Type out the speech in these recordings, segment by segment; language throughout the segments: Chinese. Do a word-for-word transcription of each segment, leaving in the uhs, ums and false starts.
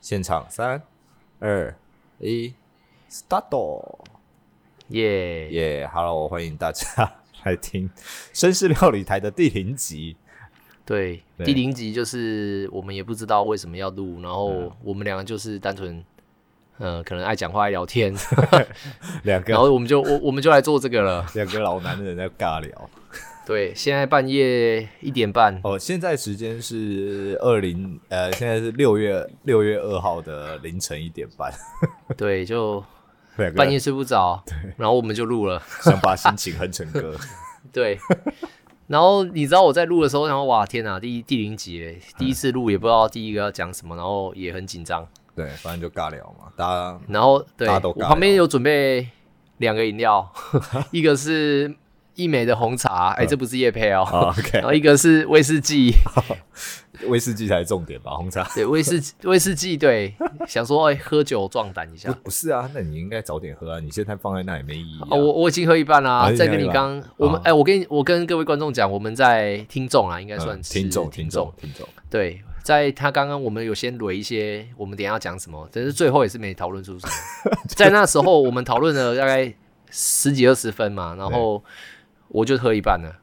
现场三二一 ，start！ 耶耶 ！Hello， 欢迎大家来听绅士料理台的第零集。 对，对第零集就是我们也不知道为什么要录，然后我们两个就是单纯，呃，可能爱讲话爱聊天， 两个， 然后我们就我我们就来做这个了。 两个老男人在尬聊。 对，现在半夜一点半。 哦，现在时间是二零呃，现在是六月六月二号的凌晨一点半。 对，就半夜睡不着，然后我们就录了， 想把心情哼成歌。 对，然后你知道我在录的时候，然后哇天哪，第第零集，第一次录也不知道第一个要讲什么，然后也很紧张。 对，反正就尬聊嘛，大家然后对， 大家都尬聊。 我旁边有准备两个饮料，一个是一美的红茶，哎、欸，这不是业配哦。 Oh, okay. 然后一个是威士忌， 威士忌才是重点吧？红茶对，威士威士忌，对，想说哎、欸，喝酒壮胆一下不。不是啊，那你应该早点喝啊！你现在放在那也没意义、啊。 哦，我我已经喝一半啦、啊，再跟你刚我们哎、 哦欸，我跟我跟各位观众讲，我们在听众啊，应该算是听众听众听众。 对，在他刚刚我们有先捋一些，我们等一下要讲什么，但是最后也是没讨论出什么。在那时候我们讨论了大概十几二十分嘛，然后。我就喝一半了。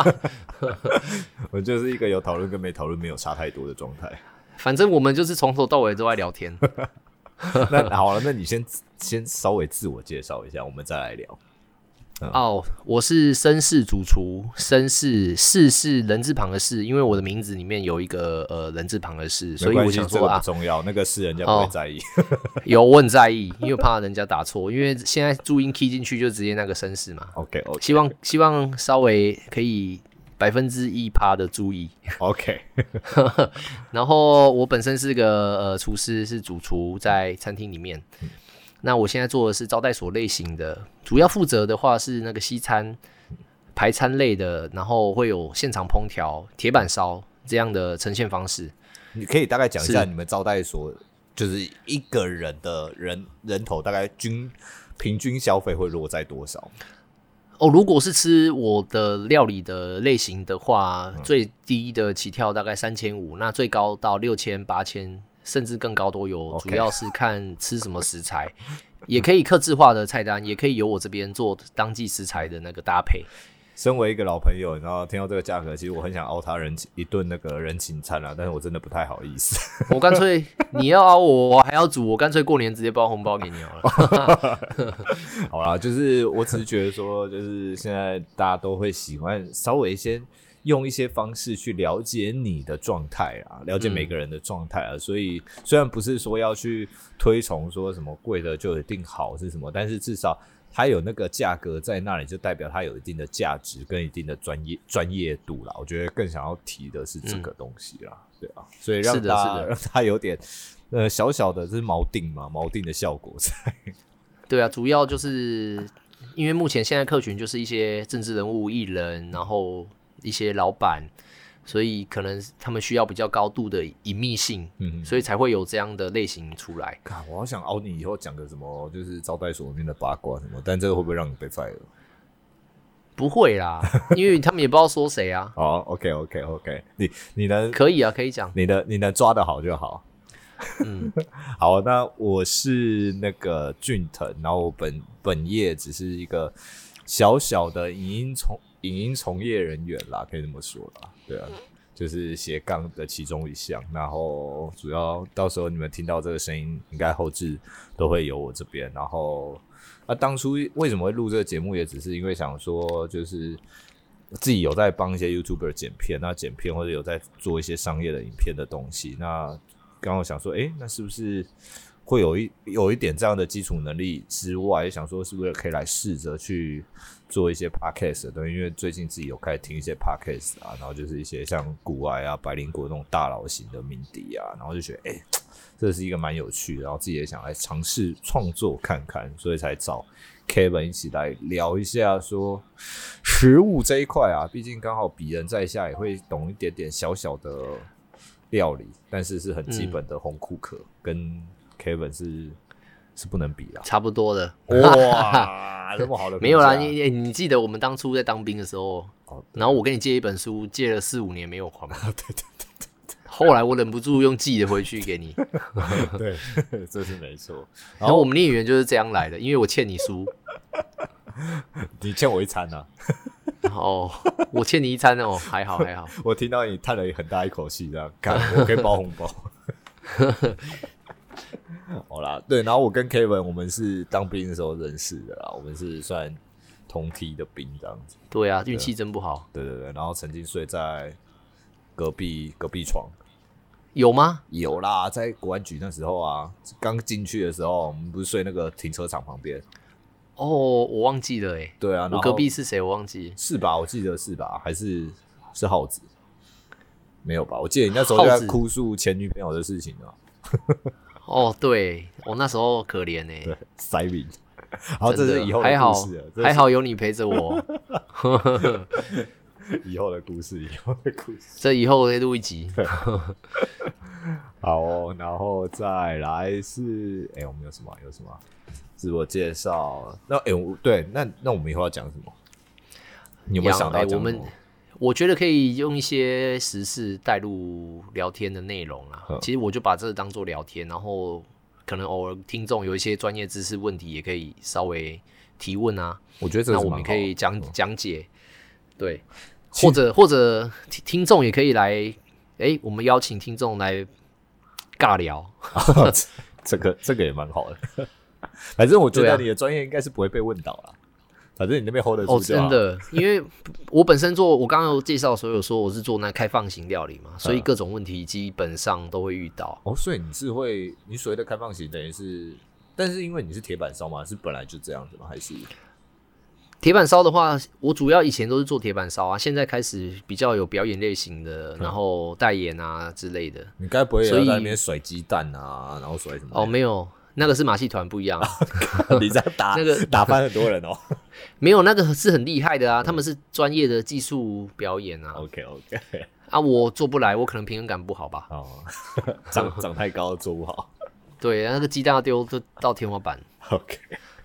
我就是一个有讨论跟没讨论没有差太多的状态。 反正我们就是从头到尾都在聊天。 那好了，那你先先稍微自我介绍一下，我们再来聊。 嗯、哦，我是绅士主厨，绅士士是人字旁的士，因为我的名字里面有一个呃人字旁的士，所以我想说、 这个不重要，啊、那个士人家不会在意。 哦、有我很在意，因为怕人家打错，因为现在注音 key 进去就直接那个绅士嘛。 OK OK， 希望希望稍微可以百分之一趴的注意。 OK， 然后我本身是个呃厨师，是主厨在餐厅里面。嗯那我现在做的是招待所类型的，主要负责的话是那个西餐、排餐类的，然后会有现场烹调、铁板烧这样的呈现方式。 你可以大概讲一下你们招待所就是一个人的人人头大概均平均消费会落在多少？ 哦，如果是吃我的料理的类型的话，嗯、最低的起跳大概三千五，那最高到六千、八千。甚至更高都有， okay. 主要是看吃什么食材，也可以客制化的菜单，也可以由我这边做当季食材的那个搭配。 身为一个老朋友，然后听到这个价格，其实我很想凹他人一顿那个人情餐啦，但是我真的不太好意思。 我干脆你要凹我，我还要煮，我干脆过年直接包红包给你好了。 好啦，就是我只是觉得说，就是现在大家都会喜欢稍微先。用一些方式去了解你的状态啊，了解每个人的状态啊、嗯，所以虽然不是说要去推崇说什么贵的就一定好是什么，但是至少它有那个价格在那里，就代表它有一定的价值跟一定的专业专业度啦。我觉得更想要提的是这个东西啦，嗯、对啊，所以让它让它有点呃小小的这是锚定嘛，锚定的效果在。 对啊，主要就是因为目前现在客群就是一些政治人物、艺人，然后。一些老板，所以可能他们需要比较高度的隐秘性，嗯，所以才会有这样的类型出来。 God, 我好想凹你以后讲个什么，就是招待所里面的八卦什么，但这个会不会让你被 fire？ 不会啦，因为他们也不知道说谁啊。 好 ，OK OK OK， 你你能可以啊，可以讲， 你的你能抓得好就好。嗯，好，那我是那个俊腾，然后我本本业只是一个小小的影音从。影音从业人员啦，可以这么说啦，对啊，就是斜杠的其中一项。然后主要到时候你们听到这个声音，应该后置都会有我这边。然后那、啊、当初为什么会录这个节目，也只是因为想说，就是自己有在帮一些 YouTuber 剪片，那剪片或者有在做一些商业的影片的东西。那刚好想说，哎、欸，那是不是会有一有一点这样的基础能力之外，想说是不是可以来试着去。做一些 podcast 的，因为最近自己有开始听一些 podcast 啊，然后就是一些像古埃啊、百灵果那种大佬型的鸣笛啊，然后就觉得哎、欸，这是一个蛮有趣的，然后自己也想来尝试创作看看，所以才找 Kevin 一起来聊一下说食物这一块啊，毕竟刚好鄙人在下，也会懂一点点小小的料理，但是是很基本的烘库克、嗯，跟 Kevin 是。是不能比啦， 差不多的。 哇，这么好的没有啦，你你记得我们当初在当兵的时候，哦、然后我跟你借一本书，借了四五年没有还吗？ 对对对对， 后来我忍不住用寄的回去给你。 对，这是没错。 然后我们孽缘就是这样来的，因为我欠你书， 你欠我一餐啊。 哦，我欠你一餐哦，还好还好。 我听到你叹了很大一口气，这样，看我可以包红包。好啦，对，然后我跟 Kevin 我们是当兵的时候认识的啦，我们是算同梯的兵这样子。 对啊，运气真不好。 对对对，然后曾经睡在隔壁隔壁床。 有吗？ 有啦，在国安局那时候啊，刚进去的时候，我们不是睡那个停车场旁边。 哦，我忘记了哎。 对啊， 我隔壁是谁？我忘记。 是吧？我记得是吧？还是是浩子？没有吧？我记得你那时候就在哭诉前女朋友的事情啊。 哦，对，我那时候可怜哎、欸， 对，塞饼。然后这是以后的故事了， 还好，还好有你陪着我。 以后的故事，以后的故事， 这以后可以录一集。 好哦，然后再来是，哎、欸，我们有什么？有什么自我介绍？那哎、欸，对，那那我们以后要讲什么？你有没有想到讲什么？ 欸、我们我觉得可以用一些时事带入聊天的内容啦。其实我就把这个当做聊天，然后可能偶尔听众有一些专业知识问题，也可以稍微提问啊。 我觉得这个那我们可以讲讲解，对，或者或者听众也可以来，哎、欸，我们邀请听众来尬聊， 这个这个也蛮好的。反正我觉得你的专业应该是不会被问到啦。反正你那边 hold 得住就好。 哦，真的，因为我本身做，我刚刚有介绍的时候有说我是做那开放型料理嘛，所以各种问题基本上都会遇到。 哦，所以你是会，你所谓的开放型等于是，但是因为你是铁板烧嘛，是本来就这样子吗？还是？ 铁板烧的话，我主要以前都是做铁板烧啊，现在开始比较有表演类型的，然后代言啊之类的。 你该不会也要在那边甩鸡蛋啊，然后甩什么？ 哦，没有。那个是马戏团不一样， 你这样打那个打翻很多人哦。 没有，那个是很厉害的啊，他们是专业的技术表演啊。 OK OK。 啊，我做不来，我可能平衡感不好吧。 哦，长长太高做不好。 对，那个鸡蛋要丢就到天花板。 OK。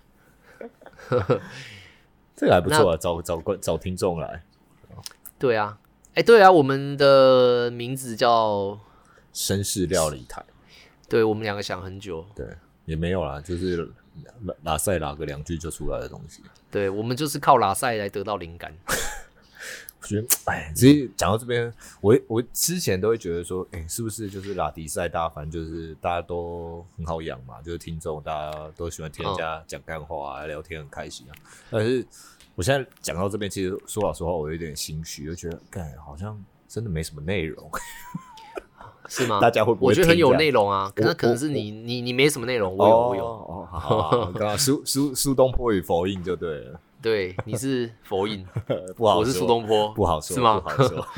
这个还不错啊，找找找听众来。 对啊，哎、欸，对啊，我们的名字叫绅士料理台。 对，我们两个想很久。 对。也没有啦，就是拉赛拉个两句就出来的东西。 对，我们就是靠拉赛来得到灵感。 我觉得，哎，其实讲到这边，我我之前都会觉得说，哎、欸，是不是就是拉迪赛，大家反正就是大家都很好养嘛，就是听众大家都喜欢听人家讲干话啊，聊天很开心啊。但是我现在讲到这边，其实说老实话，我有点心虚，就觉得，干好像真的没什么内容。 是吗？ 大家会不会？ 我觉得很有内容啊，可能可能是你你你没什么内容，我有、哦、我有。 哦，好好好，刚刚苏苏苏东坡与佛印就对了。 对，你是佛印， 不好说， 我是苏东坡， 不好说， 是吗？ 不好说。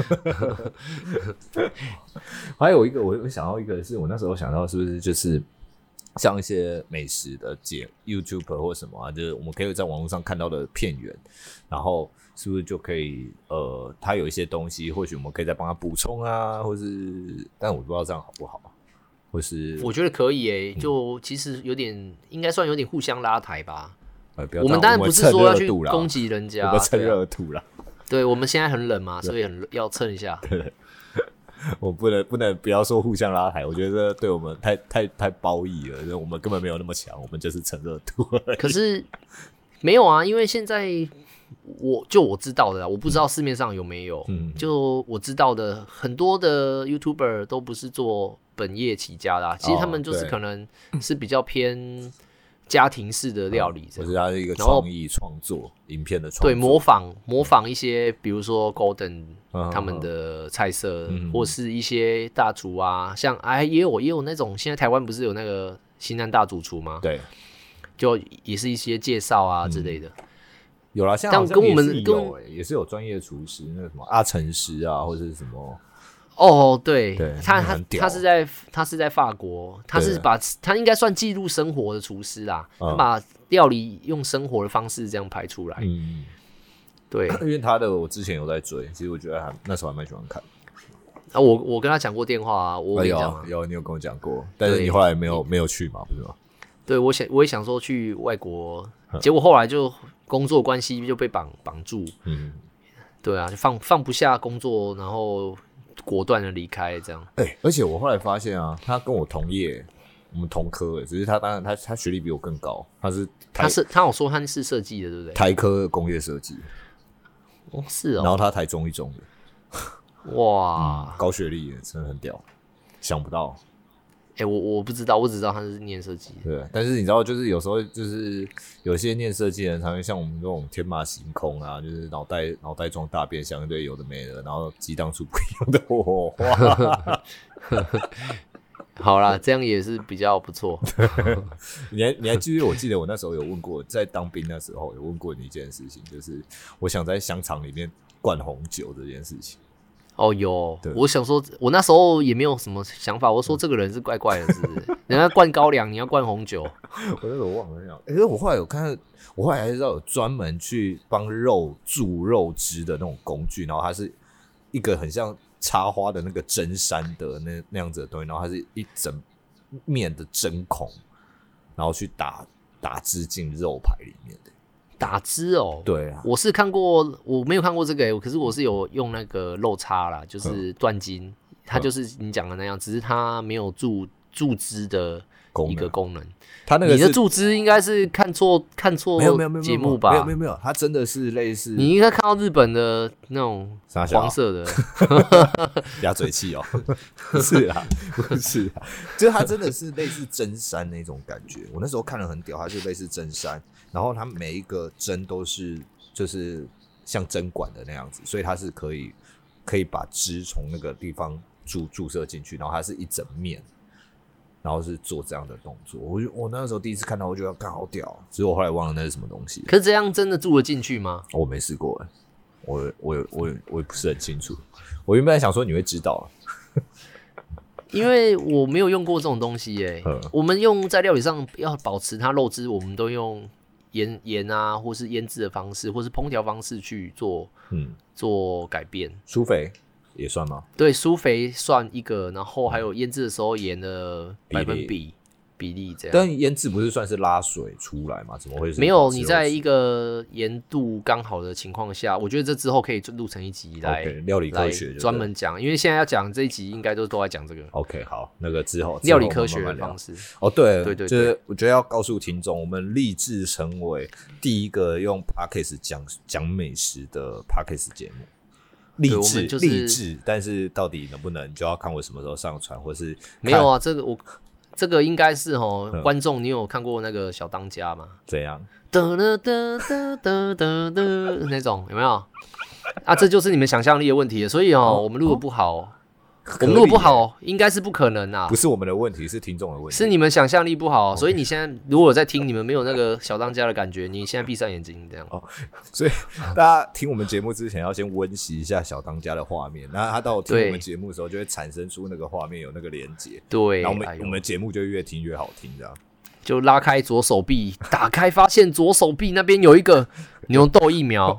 还有一个，我想到一个，是我那时候想到，是不是就是像一些美食的节 YouTuber 或什么啊，就是我们可以在网络上看到的片源，然后。是不是就可以？呃，他有一些东西，或许我们可以再帮他补充啊，或是，但我不知道这样好不好，或是我觉得可以诶、欸，就其实有点，嗯、应该算有点互相拉抬吧。 呃、 我们当然不是说要去攻击人家， 我们蹭热度啦。 对，我们现在很冷嘛，所以很要蹭一下。 对，我不能不能不要说互相拉抬，我觉得对我们太太太褒义了，我们根本没有那么强，我们就是蹭热度而已。 可是没有啊，因为现在。我就我知道的啦，我不知道市面上有没有。嗯，就我知道的，很多的 YouTuber 都不是做本业起家的、啊，其实他们就是可能是比较偏家庭式的料理这样， 或是他是一个创意创作影片的创作， 对，模仿模仿一些，比如说 Golden 他们的菜色，嗯、或是一些大厨啊，像哎也有也有那种，现在台湾不是有那个新南大主厨吗？ 对， 就也是一些介绍啊之类的。嗯有啦，像好像也是有诶、欸，也是有专业厨师，那个什么阿成师啊，或者是什么。 哦，对， 对他他他是在他是在法国，他是把他应该算记录生活的厨师啦，嗯、他把料理用生活的方式这样拍出来。嗯，对， 因为他的我之前有在追，其实我觉得还那时候还蛮喜欢看。 啊，我我跟他讲过电话啊，我跟你讲、啊有有你有跟我讲过，但是你后来没有没有去嘛，不是吗？ 对，我想我也想说去外国，结果后来就工作关系就被绑绑住。嗯，对啊，就放放不下工作，然后果断的离开这样。 哎、欸，而且我后来发现啊，他跟我同业，我们同科，只是他当然他他学历比我更高，他是他是他有说他是设计的，对不对？ 台科工业设计， 哦是哦， 然后他台中一中的， 哇、 嗯，高学历也真的很屌，想不到。 哎、欸，我我不知道，我只知道他是念设计的。 对，但是你知道，就是有时候就是有些念设计的人，常常像我们这种天马行空啊，就是脑袋脑袋装大便，想一堆有的没的，然后激荡出不一样的火花。 好啦，这样也是比较不错。 你还你还记得？我记得我那时候有问过，在当兵那时候有问过你一件事情，就是我想在香肠里面灌红酒这件事情。 哦，有，我想说，我那时候也没有什么想法，我说这个人是怪怪的，是不是？人家灌高粱，你要灌红酒。 我那时候忘了讲，可是我后来有看，我后来还知道有专门去帮肉注肉汁的那种工具，然后它是一个很像插花的那个针山的那那样子的东西，然后它是一整面的针孔，然后去打打汁进肉排里面的。 打汁哦， 对啊， 我是看过，我没有看过这个、欸，可是我是有用那个肉叉啦，就是断筋，它就是你讲的那样，只是它没有注注汁的一个功能。 它那个你的注汁应该是看错看错节目吧？ 没有没有没有，它真的是类似。 你应该看到日本的那种黄色的鸭嘴器哦，不是啦，不是啦，就是它真的是类似针山那种感觉。我那时候看了很屌，它就类似针山。然后它每一个针都是就是像针管的那样子，所以它是可以可以把汁从那个地方注注射进去，然后它是一整面，然后是做这样的动作。我就我那时候第一次看到，我觉得干好屌，只是我后来忘了那是什么东西。 可是这样真的注得进去吗？ 我没试过，我我我我也不是很清楚。我原本想说你会知道。 因为我没有用过这种东西耶、欸，我们用在料理上要保持它肉汁，我们都用盐盐啊，或是腌制的方式，或是烹调方式去做，嗯，做改变。 舒肥也算吗？ 对，舒肥算一个，然后还有腌制的时候盐的百分比比例这样。 但腌制不是算是拉水出来吗？怎么会是？ 没有，你在一个盐度刚好的情况下，我觉得这之后可以录成一集来、 okay, 料理科学专门讲，因为现在要讲这一集应该都都在讲这个。 OK， 好，那个之后料理科学的方式。 哦，对对 对, 对， 就是我觉得要告诉听众，我们立志成为第一个用 Podcast 讲讲美食的 Podcast 节目。励志，励、就是、志，但是到底能不能，就要看我什么时候上传，或是没有啊？这个我。这个应该是哦，嗯、观众，你有看过那个小当家吗？ 怎样？ 哒哒哒哒哒哒哒那种有没有？啊，这就是你们想象力的问题了。所以哦，哦我们录的不好，哦、我们录的不好，应该是不可能啊。 不是我们的问题，是听众的问题， 是你们想象力不好。所以你现在如果有在听，你们没有那个小当家的感觉，你现在闭上眼睛这样。哦， 所以大家听我们节目之前要先温习一下小当家的画面，然后他到听我们节目的时候就会产生出那个画面有那个连结， 对， 然后我们、 哎、 我们节目就越听越好听，这样。 就拉开左手臂，打开发现左手臂那边有一个牛痘疫苗，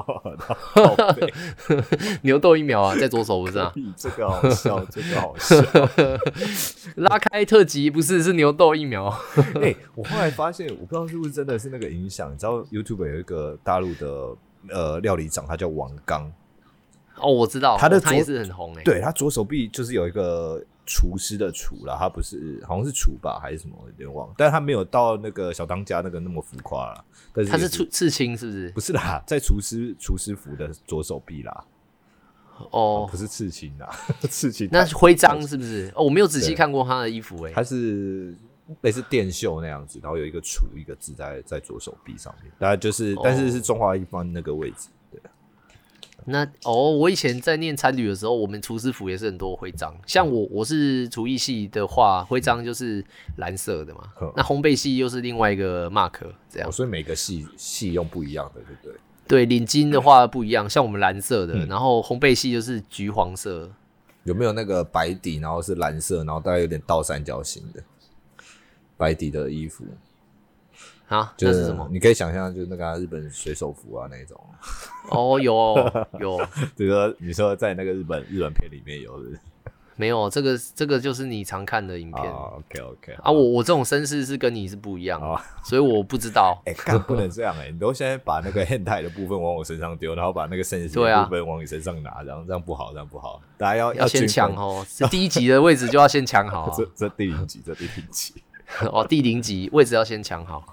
牛痘疫苗啊，在左手不是啊？ 这个好笑，这个好笑。 拉开特辑不是是牛痘疫苗。 哎、欸，我后来发现，我不知道是不是真的是那个影响。你知道 YouTube 有一个大陆的呃料理长，他叫王刚。 哦，我知道， 他的、哦、 他也是很红哎、欸。 对他左手臂就是有一个厨师的厨啦，他不是好像是厨吧还是什么，有点忘了。但是他没有到那个小当家那个那么浮夸啦。但是他是刺青是不是？ 不是啦，在厨师厨师服的左手臂啦。 哦， 不是刺青啦，刺青那徽章是不是？哦，我没有仔细看过他的衣服哎、欸。 他是类似电绣那样子，然后有一个厨一个字在在左手臂上面，大概就是，哦、但是是中华一番那个位置。 那哦，我以前在念餐旅的时候，我们厨师服也是很多徽章。像我，我是厨艺系的话，徽章就是蓝色的嘛。嗯、那烘焙系又是另外一个 mark， 这样、 哦。所以每个系系用不一样的，对不对？ 对，领巾的话不一样，像我们蓝色的，嗯、然后烘焙系就是橘黄色。 有没有那个白底，然后是蓝色，然后大概有点倒三角形的白底的衣服？ 啊， 就是、 那是什么？ 你可以想象，就是那个、啊、日本水手服啊那种。 哦，有有， 比如说你说在那个日本日本片里面有的， 没有，这个这个就是你常看的影片。 哦、OK OK 啊，我我这种绅士是跟你是不一样，哦、所以我不知道。 哎、欸，干不能这样哎、欸！你都现在把那个hentai的部分往我身上丢，然后把那个绅士的部分往你身上拿，这样这样不好，这样不好。大家要要先抢哦，第一集的位置就要先抢好、哦。 这这第零集，这第零集。 哦，第零集位置要先抢好。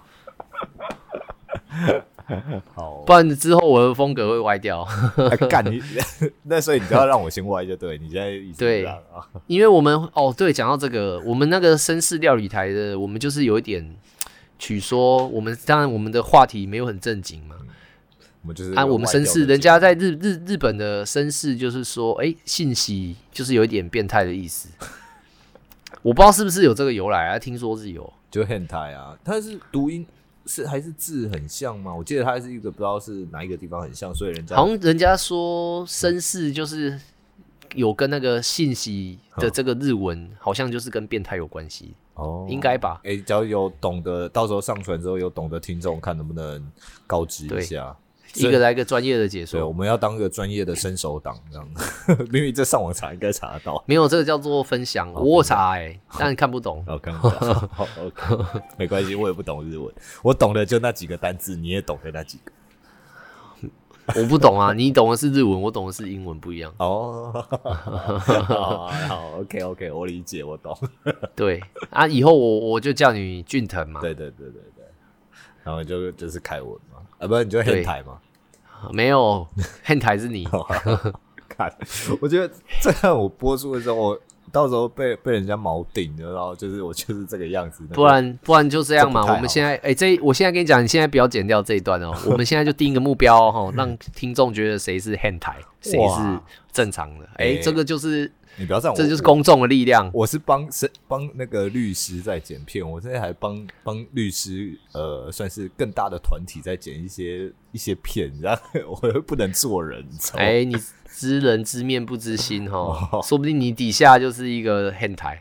好， 不然之后我的风格会歪掉。 干、啊、你，那所以你就要让我先歪就对。你现在意思是这样啊？ 因为我们哦，对，讲到这个，我们那个绅士料理台的，我们就是有一点取说，我们当然我们的话题没有很正经嘛。嗯、 我们就是啊，我们绅士，人家在日日日本的绅士就是说，哎、欸，信息就是有一点变态的意思。我不知道是不是有这个由来啊？听说是有， 就hentai啊，它是读音。是还是字很像吗？我记得它是一个不知道是哪一个地方很像，所以人家好像人家说绅士就是有跟那个信息的这个日文，好像就是跟变态有关系哦，应该吧？ 哎、欸，只要有懂得，到时候上传之后有懂得听众，看能不能告知一下。 一个来一个专业的解说， 对，我们要当个专业的伸手党这样。明明这上网查应该查得到， 没有这个叫做分享，我有查哎、欸，但看不懂。 哦，看不懂。好 ，OK， 没关系，我也不懂日文，我懂的就那几个单字，你也懂的那几个。 我不懂啊，你懂的是日文，我懂的是英文，不一样。 哦，好, 好 ，OK OK， 我理解，我懂。 对啊，以后我我就叫你俊腾嘛。 对对对对对，然后就就是凯文嘛，啊，不是你就hentai台嘛。 没有hentai是你看，我觉得这样我播出的时候，我到时候被被人家锚定，然后就是我就是这个样子。 不然不然就这样嘛。我们现在哎、欸，这我现在跟你讲，你现在不要剪掉这一段哦。我们现在就定一个目标哦，让听众觉得谁是hentai，谁是正常的。哎、欸，这个就是你不要这样， 这就是公众的力量。 我是帮帮那个律师在剪片，我现在还帮帮律师呃，算是更大的团体在剪一些一些片，然后我又不能做人， 哎、欸，你知人知面不知心哈，说不定你底下就是一个hentai。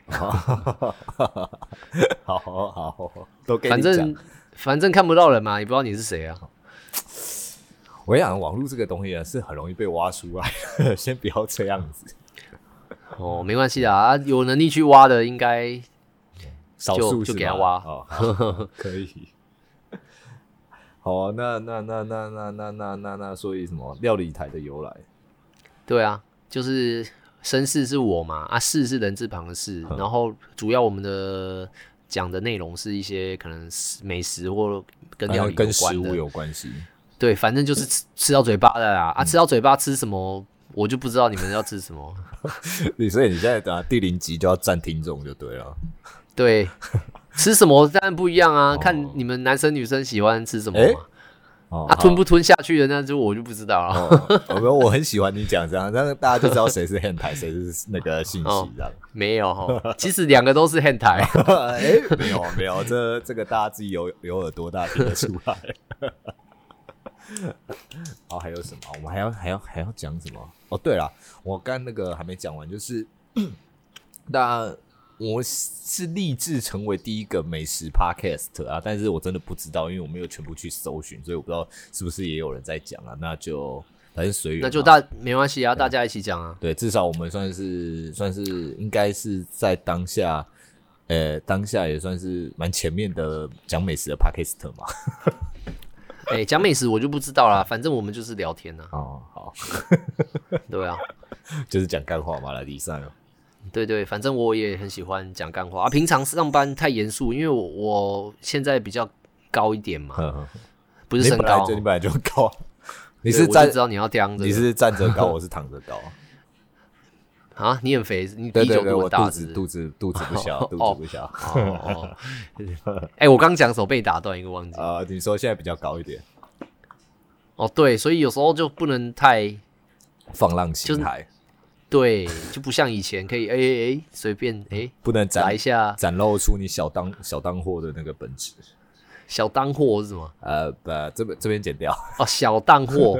好好好，都给你讲，反正反正看不到人嘛，也不知道你是谁啊。 我想网络这个东西啊，是很容易被挖出来，先不要这样子。 哦，没关系啊，有能力去挖的应该少数就给他挖， 哦、可以。好啊，那那那那那那那那那，所以什么料理台的由来？ 对啊，就是绅士是我嘛，啊士是人字旁的士，然后主要我们的讲的内容是一些可能美食或跟料理有关的、 啊、跟食物有关系。 对，反正就是吃吃到嘴巴的啦，啊，吃到嘴巴吃什么？我就不知道你们要吃什么。 你所以你现在等下第零集就要占听众就对了。 对，吃什么当然不一样啊，哦、看你们男生女生喜欢吃什么嘛。欸哦、啊，吞不吞下去的那就我就不知道了。 哦、我很喜欢你讲这样，这样大家就知道谁是hentai，谁是那个信息这样。哦、 没有哈，其实两个都是hentai。 哎、欸，没有没有，这这个大家自己有有耳朵，大家听得出来。好，还有什么？我们还要还要还要讲什么？哦，对了，我刚那个还没讲完，就是那我是立志成为第一个美食 podcast 啊，但是我真的不知道，因为我没有全部去搜寻，所以我不知道是不是也有人在讲啊。那就反正随缘， 那就大没关系啊，大家一起讲啊。 对，至少我们算是算是应该是在当下，呃，当下也算是蛮前面的讲美食的 podcast 嘛。 哎、欸，讲美食我就不知道啦，反正我们就是聊天啊。 哦，好， 对啊， 就是讲干话嘛，来比赛哦。 对对，反正我也很喜欢讲干话啊。平常上班太严肃，因为我我现在比较高一点嘛，呵呵不是身高， 你本来就高。你是站， 知道你要这样子， 你是站着高，我是躺着高。 啊，你很肥，你啤酒肚很大， 肚子肚子肚子不小，肚子不小。 哦，哎，我刚讲手被打断，一个忘记。 啊、呃，你说现在比较高一点。 哦，对，所以有时候就不能太放浪形骸。 对，就不像以前可以哎哎哎随便哎、欸， 不能展来一下， 展露出你小当小当货的那个本质。 小当货是什么？ 呃，不，这边这边剪掉。 哦，小当货。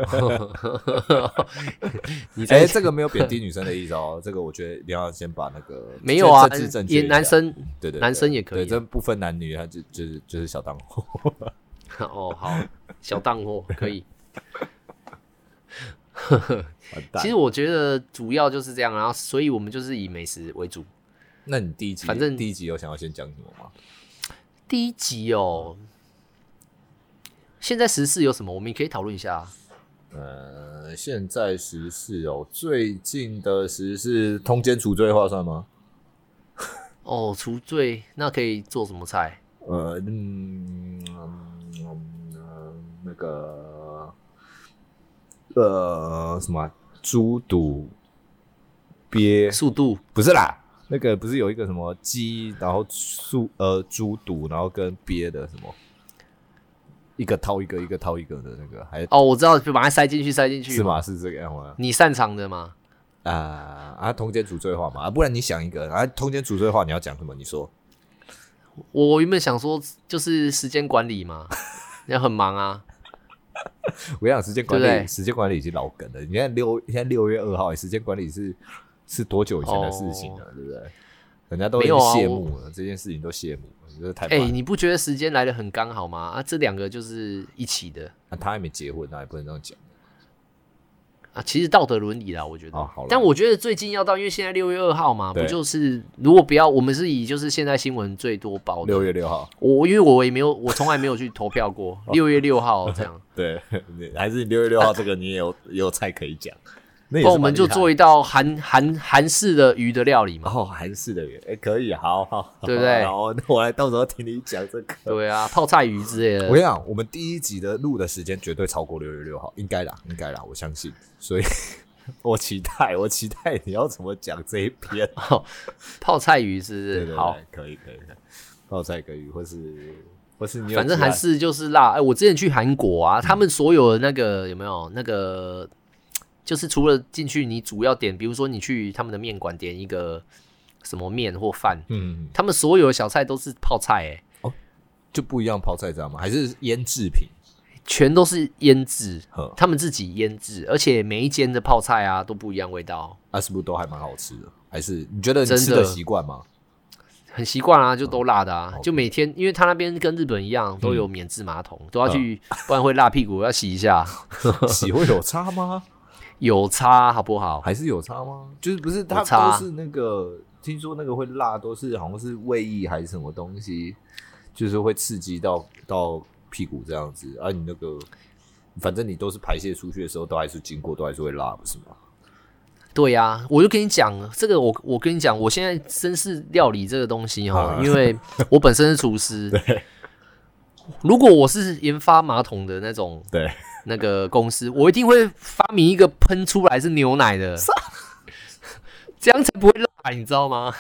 你哎、欸，这个没有贬低女生的意思哦。这个我觉得你要先把那个没有啊， 政治正确， 也男生对 对, 对， 男生也可以、啊。 对，这不分男女，他就就是就是小当货。 哦，好，小当货可以。 其实我觉得主要就是这样，然后所以我们就是以美食为主。 那你第一集， 反正第一集有想要先讲什么吗？ 第一集哦，现在时事有什么，我们也可以讨论一下。 呃，现在时事哦，最近的时事通奸除罪化算吗？ 哦，除罪那可以做什么菜？ 呃，嗯，呃那个，呃，什么猪肚鳖速度不是啦，那个不是有一个什么鸡，然后素呃猪肚，然后跟鳖的什么？一个掏一个，一个掏一个的那个，还哦，我知道，就把它塞进去，塞进去， 是吗？是这个样吗？ 你擅长的吗？ 啊啊，通奸除罪化嘛，啊，不然你想一个啊，通奸除罪化你要讲什么？你说。 我原本想说就是时间管理嘛，要很忙啊。 我跟你讲，时间管理， 对对时间管理已经老梗了。你看六，现在六月二号，时间管理是是多久以前的事情了，哦、对不对？人家都已经谢幕了，啊、这件事情都谢幕了，真的太……哎、 欸，你不觉得时间来得很刚好吗？啊，这两个就是一起的。 啊，他还没结婚，那也不能这样讲。 啊，其实道德伦理啦，我觉得。 哦、好但我觉得最近要到，因为现在六月二号嘛，不就是如果不要，我们是以就是现在新闻最多报的六月六号。 我因为我也没有，我从来没有去投票过。六月六号这样。 对，还是六月六号这个你也有也有菜可以讲。 那我们就做一道韩韩韩式的鱼的料理嘛。 哦，韩式的鱼，哎、欸，可以，好好， 对不对？ 好，那我来到时候听你讲这个。 对啊，泡菜鱼之类的。 我跟你讲，我们第一集的录的时间绝对超过六月六号，应该啦，应该啦，我相信。所以，我期待，我期待你要怎么讲这一篇。 哦、泡菜鱼是不是？ 对对对， 好， 可以可以，泡菜跟鱼，或是或是你反正韩式就是辣。哎、欸，我之前去韩国啊，嗯、他们所有的那个有没有那个？就是除了进去，你主要点，比如说你去他们的面馆点一个什么面或饭，嗯，他们所有的小菜都是泡菜、欸，哎， 哦，就不一样泡菜这样吗？还是腌制品？ 全都是腌制，他们自己腌制，而且每一间的泡菜啊都不一样味道， 啊，是不是都还蛮好吃的？还是你觉得你吃的习惯吗？ 很习惯啊，就都辣的啊，哦、就每天，因为他那边跟日本一样，都有免治马桶，嗯、都要去，不然会辣屁股，要洗一下。 洗会有差吗？ 有差好不好？ 还是有差吗？就是不是它都是那个，听说那个会辣，都是好像是胃液还是什么东西，就是会刺激到到屁股这样子。啊，你那个反正你都是排泄出去的时候，都还是经过，都还是会辣，不是吗？ 对呀、啊，我就跟你讲，这个我我跟你讲，我现在绅士料理这个东西哦，因为我本身是厨师， 对。 如果我是研发马桶的那种， 对。 那个公司，我一定会发明一个喷出来是牛奶的，这样才不会辣，你知道吗？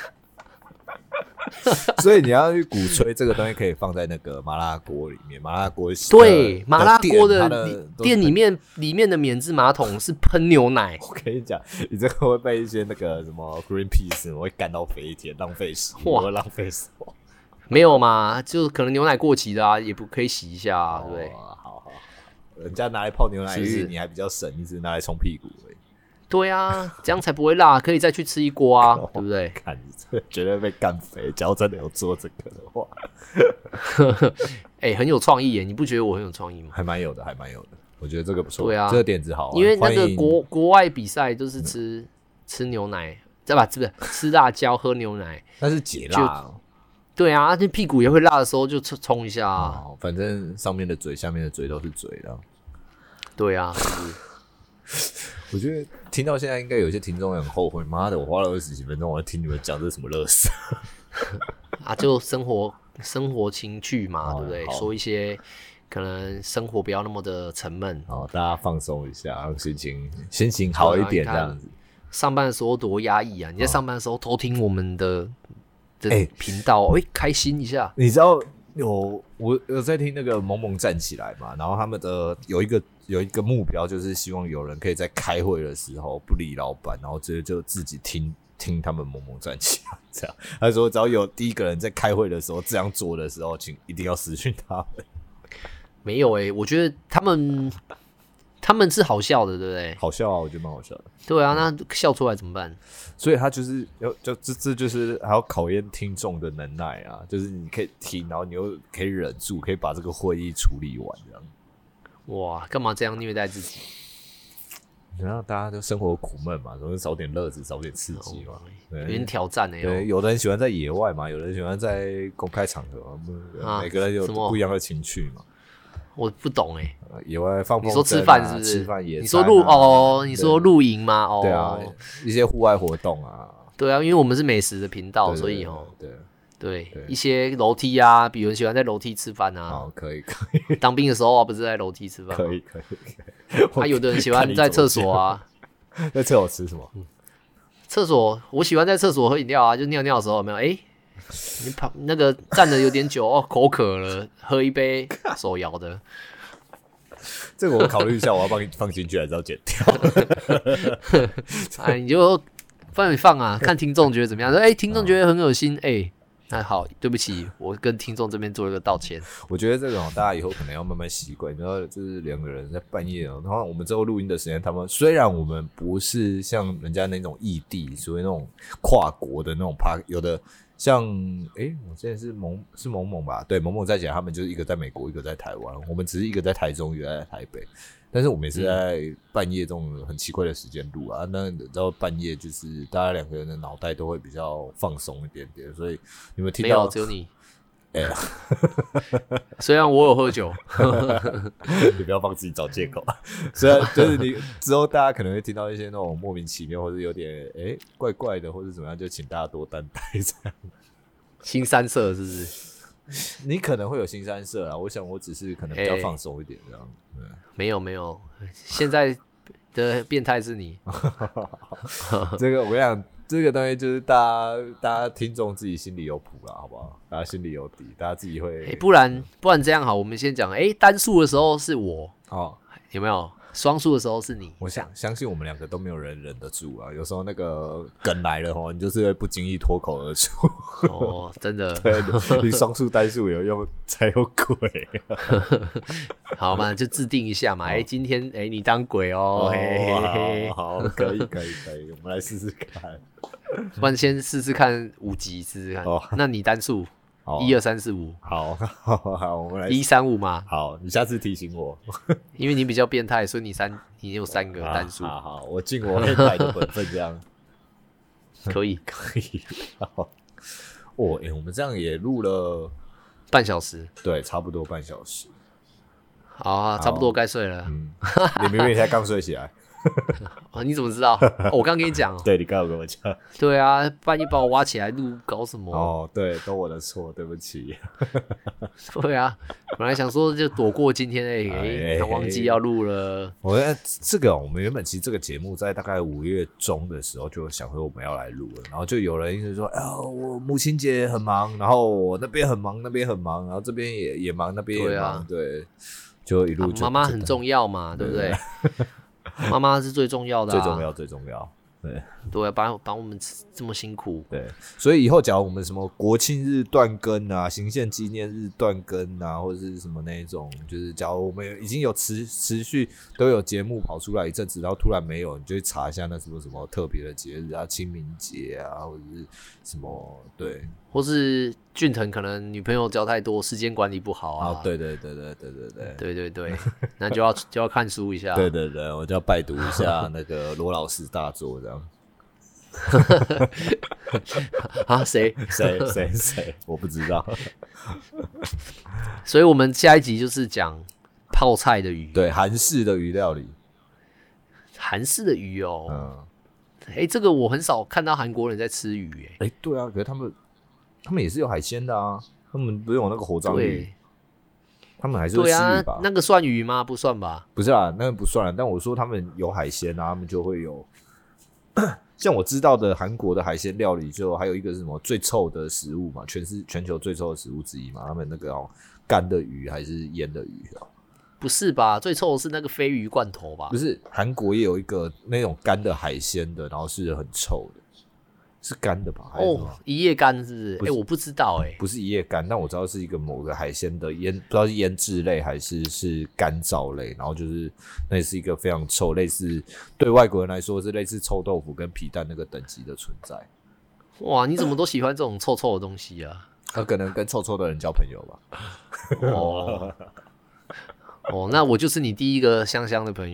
所以你要去鼓吹这个东西可以放在那个麻辣锅里面，麻辣锅对麻辣锅的店里面里面的免治马桶是喷牛奶。 我跟你讲，你这个会被一些那个什么 Greenpeace 会干到飞天，浪费食物，会浪费食物。 没有嘛，就可能牛奶过期的啊，也不可以洗一下、啊，哦、对不对？ 人家拿来泡牛奶浴， 是是你还比较省，你只是拿来冲屁股而已。 对啊，这样才不会辣，可以再去吃一锅啊，对不对？ 看你这绝对被干肥，假如真的有做这个的话， 哎、欸，很有创意耶！你不觉得我很有创意吗？ 还蛮有的，还蛮有的。我觉得这个不错， 对啊， 这个点子好、啊。 因为那个国国外比赛都是吃、嗯、吃牛奶，对吧？是不是吃辣椒喝牛奶？ 那是解辣、哦。 对啊，那屁股也会辣的时候就冲一下啊、 哦。反正上面的嘴、下面的嘴都是嘴的。 对啊， 我觉得听到现在应该有些听众很后悔，妈的，我花了二十几分钟，我在听你们讲这是什么垃圾啊？就生活生活情趣嘛，对不对？说一些可能生活不要那么的沉闷， 好，大家放松一下，让心情心情好一点，这样子。 上班的时候多压抑啊！你在上班的时候偷听我们的的频道，哎、欸欸，开心一下。 你知道有我有在听那个萌萌站起来嘛？然后他们的有一个。有一个目标，就是希望有人可以在开会的时候不理老板，然后直接就自己听听他们萌萌站起来。这样，他说只要有第一个人在开会的时候这样做的时候，请一定要私讯他们。 没有诶、欸，我觉得他们他们是好笑的，对不对？ 好笑啊，我觉得蛮好笑的。 对啊，那笑出来怎么办？ 所以他就是要就这这就是还要考验听众的能耐啊，就是你可以听，然后你又可以忍住，可以把这个会议处理完这样。 哇，干嘛这样虐待自己？ 然后大家都生活苦闷嘛，总是找点乐子，找点刺激嘛， 哦、有点挑战哎、欸。 对，有的人喜欢在野外嘛，有的人喜欢在公开场合嘛，啊、每个人有不一样的情趣嘛。 我不懂哎、 欸，野外放风筝、啊， 你说吃饭是不是？ 吃饭野、啊， 你说露哦，你说露营吗？哦， 对啊，一些户外活动啊， 对啊，因为我们是美食的频道， 对对对所以哦， 对对, 对一些楼梯啊，比如人喜欢在楼梯吃饭啊， 好，可以可以。 当兵的时候啊，不是在楼梯吃饭， 可以可以可以。 啊，有的人喜欢在厕所啊， 在厕所吃什么？ 厕所，我喜欢在厕所喝饮料啊，就尿尿的时候有没有？哎、欸，你跑那个站的有点久哦，口渴了，喝一杯手摇的。 这个我考虑一下，我要帮你放进去还是要剪掉？ 哎，你就放一放啊，看听众觉得怎么样？说哎、欸，听众觉得很恶心，哎、欸，那好，对不起，我跟听众这边做一个道歉。 我觉得这种大家以后可能要慢慢习惯，然后就是两个人在半夜，然后我们之后录音的时间，他们虽然我们不是像人家那种异地，所谓那种跨国的那种趴，有的。像诶、欸，我之前是萌是萌萌吧，对，萌萌在讲他们就是一个在美国，一个在台湾，我们只是一个在台中，一个在台北，但是我们也是在半夜这种很奇怪的时间录啊。那你知道半夜就是大家两个人的脑袋都会比较放松一点点，所以你们听到没有只有你， 哎、欸， 虽然我有喝酒， 你不要帮自己找借口。虽然就是你之后大家可能会听到一些那种莫名其妙或者有点哎、欸、怪怪的或者怎么样，就请大家多担待这样。 新三色是不是？ 你可能会有新三色啊，我想我只是可能比较放松一点这样。欸、 没有没有，现在的变态是你。 这个我跟你讲，这个东西就是大家大家听众自己心里有谱啦，好不好？大家心里有底，大家自己会。 欸、不然不然这样好，我们先讲，哎、欸，单数的时候是我， 哦， 有没有？双数的时候是你。 我想相信我们两个都没有人忍得住啊，有时候那个梗来了吼，你就是会不经意脱口而出。 哦，真的。 对，你双数单数有用才有鬼。 好嘛，就制定一下嘛。哎、欸，今天哎、欸，你当鬼哦。 哦嘿嘿嘿好，好，可以，可以，可以，我们来试试看。 不然先试试看五集，试试看。哦，那你单数。一二三四五， 好，好，好，我们来一三五吗？ 好，你下次提醒我， 因为你比较变态，所以你三，你有三个单数。 好，好，我尽我变态的本分，这样可以， 可以。好，哦，哎、欸，我们这样也录了半小时， 对，差不多半小时。 好啊，差不多该睡了。 嗯，你明明才刚睡起来。 哦，你怎么知道？哦、我刚跟你讲、哦。 对，你刚刚有跟我讲。 对啊，半夜把我挖起来录，搞什么？ 哦，对，都我的错，对不起。 对啊，本来想说就躲过今天哎、欸，他、欸、忘记要录了。 我觉得这个，我们原本其实这个节目在大概五月中的时候就想说我们要来录了，然后就有人一直说，哎、呃，我母亲节很忙，然后我那边很忙，那边很忙，然后这边也也忙，那边也忙，对,、啊、对，就一路就。 妈妈很重要嘛，对不对？妈妈是最重要的、啊， 最重要，最重要。对对，把把我们这么辛苦， 对，所以以后假如我们什么国庆日断更啊、行宪纪念日断更啊，或者是什么那一种，就是假如我们已经有持持续都有节目跑出来一阵子，然后突然没有，你就去查一下那什么什么特别的节日啊，清明节啊，或者是什么对， 或是俊腾可能女朋友交太多，时间管理不好啊。 哦，对对对对对对对对对对，那就要就要看书一下。 对对对，我就要拜读一下那个罗老师大作这样。 啊，谁谁谁谁？我不知道。 所以我们下一集就是讲泡菜的鱼， 对，韩式的鱼料理。 韩式的鱼哦， 嗯， 哎、欸，这个我很少看到韩国人在吃鱼、欸， 哎、欸，对啊，可是他们他们也是有海鲜的啊，他们不是有那个火章鱼，他们还是会吃鱼吧？ 对啊，那个算鱼吗？不算吧？ 不是啊，那个不算啊。但我说他们有海鲜啊，他们就会有。像我知道的韩国的海鲜料理，就还有一个是什么最臭的食物嘛，全是全球最臭的食物之一嘛。他们那个哦，干的鱼还是腌的鱼啊？ 不是吧？最臭的是那个鲱鱼罐头吧？ 不是，韩国也有一个那种干的海鲜的，然后是很臭的，是干的吧？ 哦，一夜干是不是？哎、欸，我不知道哎、欸， 不是一夜干，但我知道是一个某个海鲜的腌，不知道是腌制类还是是干燥类，然后就是那是一个非常臭，类似对外国人来说是类似臭豆腐跟皮蛋那个等级的存在。 哇，你怎么都喜欢这种臭臭的东西啊？ 他可能跟臭臭的人交朋友吧。 哦。哦，那我就是你第一个香香的朋友。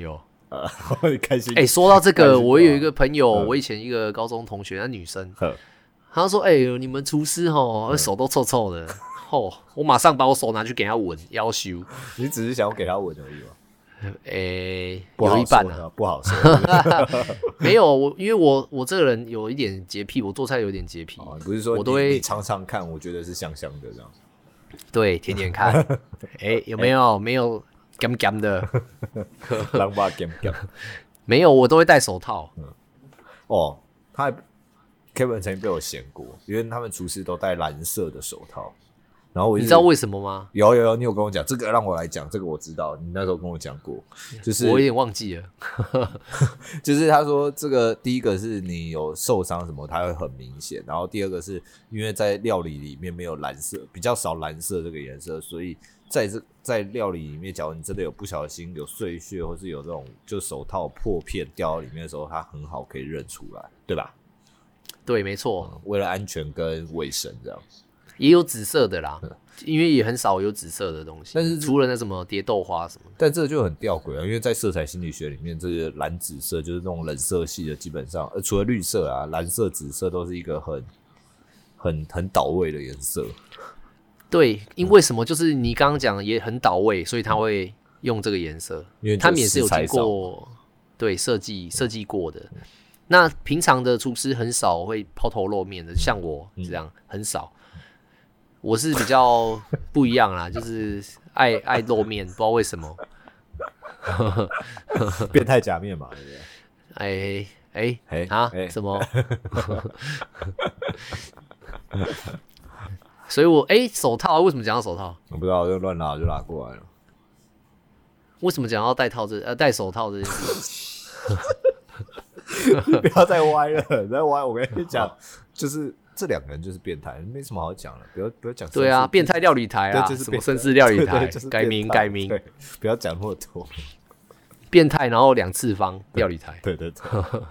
呃，很开心。 哎、欸，说到这个，我有一个朋友，我以前一个高中同学，那女生，她说：“哎、欸，你们厨师吼手都臭臭的。”哦，我马上把我手拿去给她闻，要求。 你只是想要给她闻而已吗？ 哎、欸，有一半啊， 不好说。 没有我，因为我我这个人有一点洁癖，我做菜有点洁癖。 哦、不是说我都会尝尝看，我觉得是香香的这样。 对，舔舔看。哎、欸，有没有、欸、没有干干的？ 狼巴干干。 没有，我都会戴手套。 嗯、哦，他还 Kevin 曾经被我嫌过，因为他们厨师都戴蓝色的手套。然后我你知道为什么吗？ 有有有，你有跟我讲这个，让我来讲这个，我知道，你那时候跟我讲过，就是我有点忘记了， 就是他说这个第一个是你有受伤什么，它会很明显，然后第二个是因为在料理里面没有蓝色，比较少蓝色这个颜色，所以在这在料理里面，假如你真的有不小心有碎屑，或是有这种就手套破片掉到里面的时候，它很好可以认出来，对吧？ 对，没错、 嗯，为了安全跟卫生这样。 也有紫色的啦，因为也很少有紫色的东西。但是除了那什么蝶豆花什么的， 但这个就很吊诡啊，因为在色彩心理学里面，这个蓝紫色就是那种冷色系的，基本上呃除了绿色啊，蓝色、紫色都是一个很很很倒位的颜色。 对，因为什么？就是你刚刚讲也很倒位，所以他会用这个颜色，因为他们也是有经过对设计设计过的。那平常的厨师很少会抛头露面的，像我这样、嗯、很少。我是比较不一样啦，就是爱爱露面，不知道为什么。 变态假面嘛，对不对？ 哎哎哎啊、欸、什么？所以我哎、欸、手套为什么讲到手套？ 我不知道，就乱拿就拿过来了。 为什么讲到戴套这呃戴手套这件事？ 不要再歪了，再歪我跟你讲，就是这两个人就是变态，没什么好讲了。不要不要讲。 对啊，变态料理台啊，就是什么绅士料理台，就是改名改名。 不要讲那么多。 变态，然后两次方料理台。 对对对。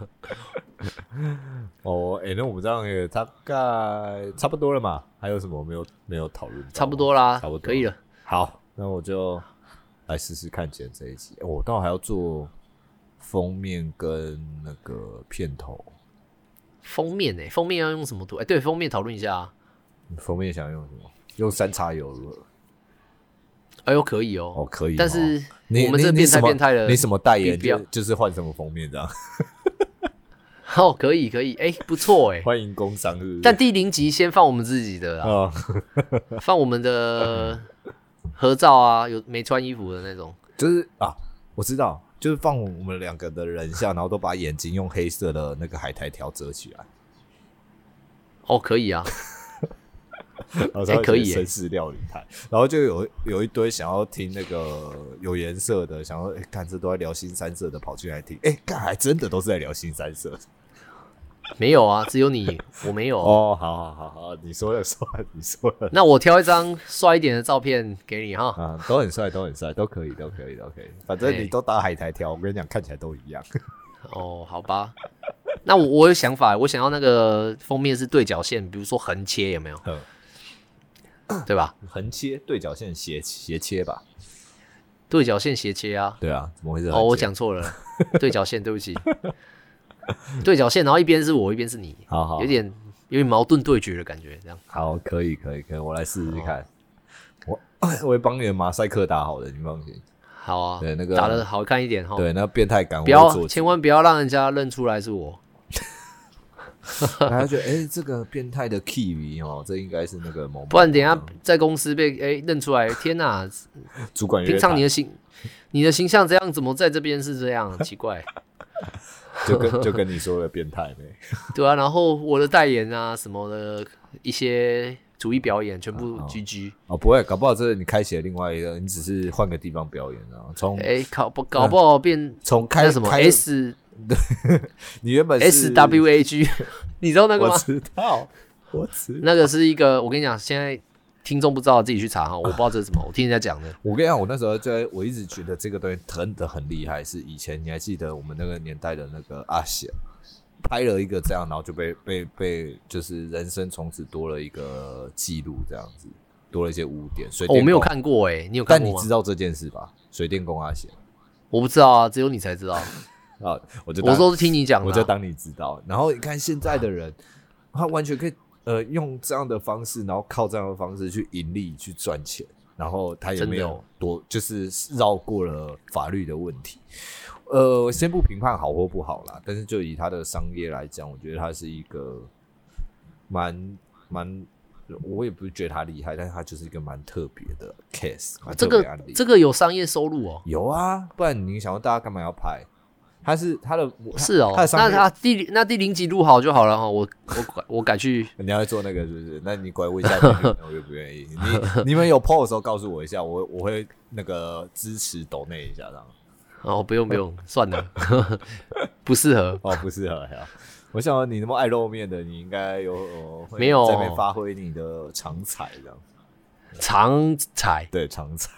哦，哎、欸，那我们这样也大概差不多了嘛？还有什么没有没有讨论？ 差不多啦， 差不多可以了。 好，那我就来试试看今天这一集。欸、我倒还要做封面跟那个片头。 封面哎、欸，封面要用什么图？哎、欸，对，封面讨论一下啊。 封面想用什么？用三叉油如何？ 哎呦，可以哦， 哦，可以。 但是我们这变态变态的， 你什么代言就就是换什么封面这样。 哦，可以可以，哎、欸，不错哎、欸， 欢迎工商日。 但第零集先放我们自己的啦，哦、放我们的合照啊，有没穿衣服的那种。 就是啊，我知道。就是放我们两个的人像，然后都把眼睛用黑色的那个海苔条遮起来。 哦，可以啊， 然后才会绅士料理台，然后就有有一堆想要听那个有颜色的，想要哎，看、欸、这都在聊新三色的，跑进来听，哎、欸，干还真的都是在聊新三色。 没有啊，只有你，我没有。 哦，好好好好，你说了算，你说了。 那我挑一张帅一点的照片给你哈。 啊，都很帅，都很帅，都可以，都可以，都可以。反正你都打海苔条，我跟你讲，看起来都一样。 哦，好吧。那我我有想法，我想要那个封面是对角线，比如说横切，有没有？对吧？ 横切，对角线斜斜切吧。 对角线斜切啊。 对啊，怎么回事？ 哦，我讲错了，对角线，对不起。对角线，然后一边是我，一边是你， 好好， 有点有点矛盾对决的感觉，这样。 好，可以，可以，可以，我来试试看。我我会帮你的马赛克打好的，你放心。 好啊， 对那个打得好看一点哈。 对，那个变态感不要，千万不要让人家认出来是我。 他觉得哎、欸，这个变态的 Kiwi 哦，这应该是那个某， 不然等一下在公司被哎、欸、认出来，天哪！ 主管平常你的形你的形象这样，怎么在这边是这样？奇怪。 就跟就跟你说的变态呗。 对啊，然后我的代言啊什么的一些主义表演全部 G G 哦, 哦，不会，搞不好这你开启了另外一个，你只是换个地方表演啊。从哎、欸、搞不搞不好变从开什么开 S， 你原本是 S W A G， 你知道那个吗？ 我知道，我知道那个是一个，我跟你讲，现在听众不知道自己去查哈，我不知道这是什么，我听人家讲的。 我跟你讲，我那时候就在我一直觉得这个东西真的很厉害，是以前你还记得我们那个年代的那个阿显拍了一个这样，然后就被被被就是人生从此多了一个记录，这样子多了一些污点。水电工、 哦、我没有看过哎、欸，你有看过吗？ 但你知道这件事吧？水电工阿显， 我不知道啊，只有你才知道。 啊，我就我都是听你讲的、啊， 我就当你知道。然后你看现在的人，他完全可以呃用这样的方式，然后靠这样的方式去盈利、去赚钱，然后他也没有多就是绕过了法律的问题。呃，先不评判好或不好啦，但是就以他的商业来讲，我觉得他是一个蛮蛮。我也不是觉得他厉害，但是他就是一个蛮特别的 case， 蛮特别的案例。 这个这个有商业收入哦？ 有啊，不然你想要大家干嘛要拍？他是他的是哦，他那他第那第零集录好就好了哈。我我我改去， 你要做那个是不是？那你过来问一下我愿不愿意？你你们有 P O 的时候告诉我一下，我我会那个支持抖内一下这样。 哦，不用不用，算了，不适合哦，不适合呀。我想你那么爱露面的，你应该有没有在那边发挥你的长才这样。 长才对长才。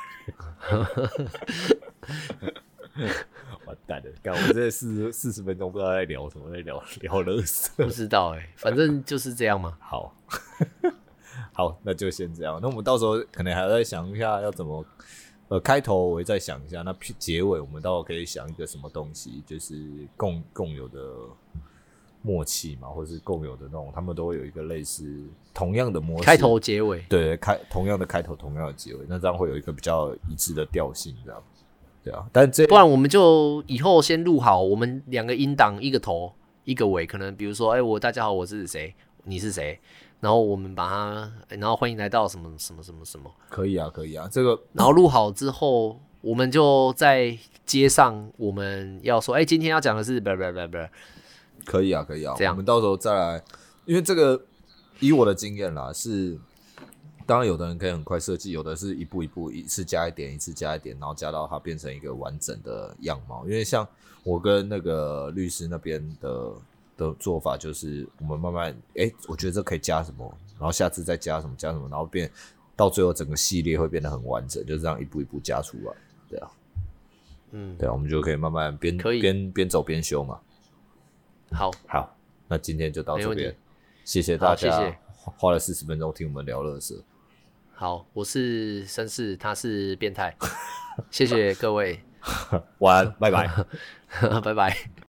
完蛋了！干我这四四十分钟不知道在聊什么，在聊聊垃圾。 不知道哎、欸，反正就是这样嘛。 好，好，那就先这样。那我们到时候可能还要再想一下要怎么，呃，开头我会再想一下，那结尾我们到时候可以想一个什么东西，就是共共有的默契嘛，或是共有的那种，他们都会有一个类似同样的模式， 开头结尾， 对，开同样的开头，同样的结尾，那这样会有一个比较一致的调性，这样。对啊，但这不然我们就以后先录好，我们两个音档，一个头一个尾，可能比如说，哎、欸，我大家好，我是谁，你是谁，然后我们把它，然后欢迎来到什么什么什么什么， 可以啊，可以啊，这个， 然后录好之后，我们就在接上我们要说，哎、欸，今天要讲的是，不不不不， 可以啊，可以啊， 这样我们到时候再来，因为这个以我的经验啦是。当然，有的人可以很快设计，有的是一步一步，一次加一点，一次加一点，然后加到它变成一个完整的样貌。因为像我跟那个律师那边的的做法，就是我们慢慢，哎、欸，我觉得这可以加什么，然后下次再加什么加什么，然后变到最后整个系列会变得很完整，就这样一步一步加出来，对啊，嗯，对啊，我们就可以慢慢边边边走边修嘛。 好， 好，那今天就到这边，谢谢大家，谢谢花了四十分钟听我们聊垃圾。 好，我是绅士，他是变态，谢谢各位， 晚安，拜拜， 拜拜。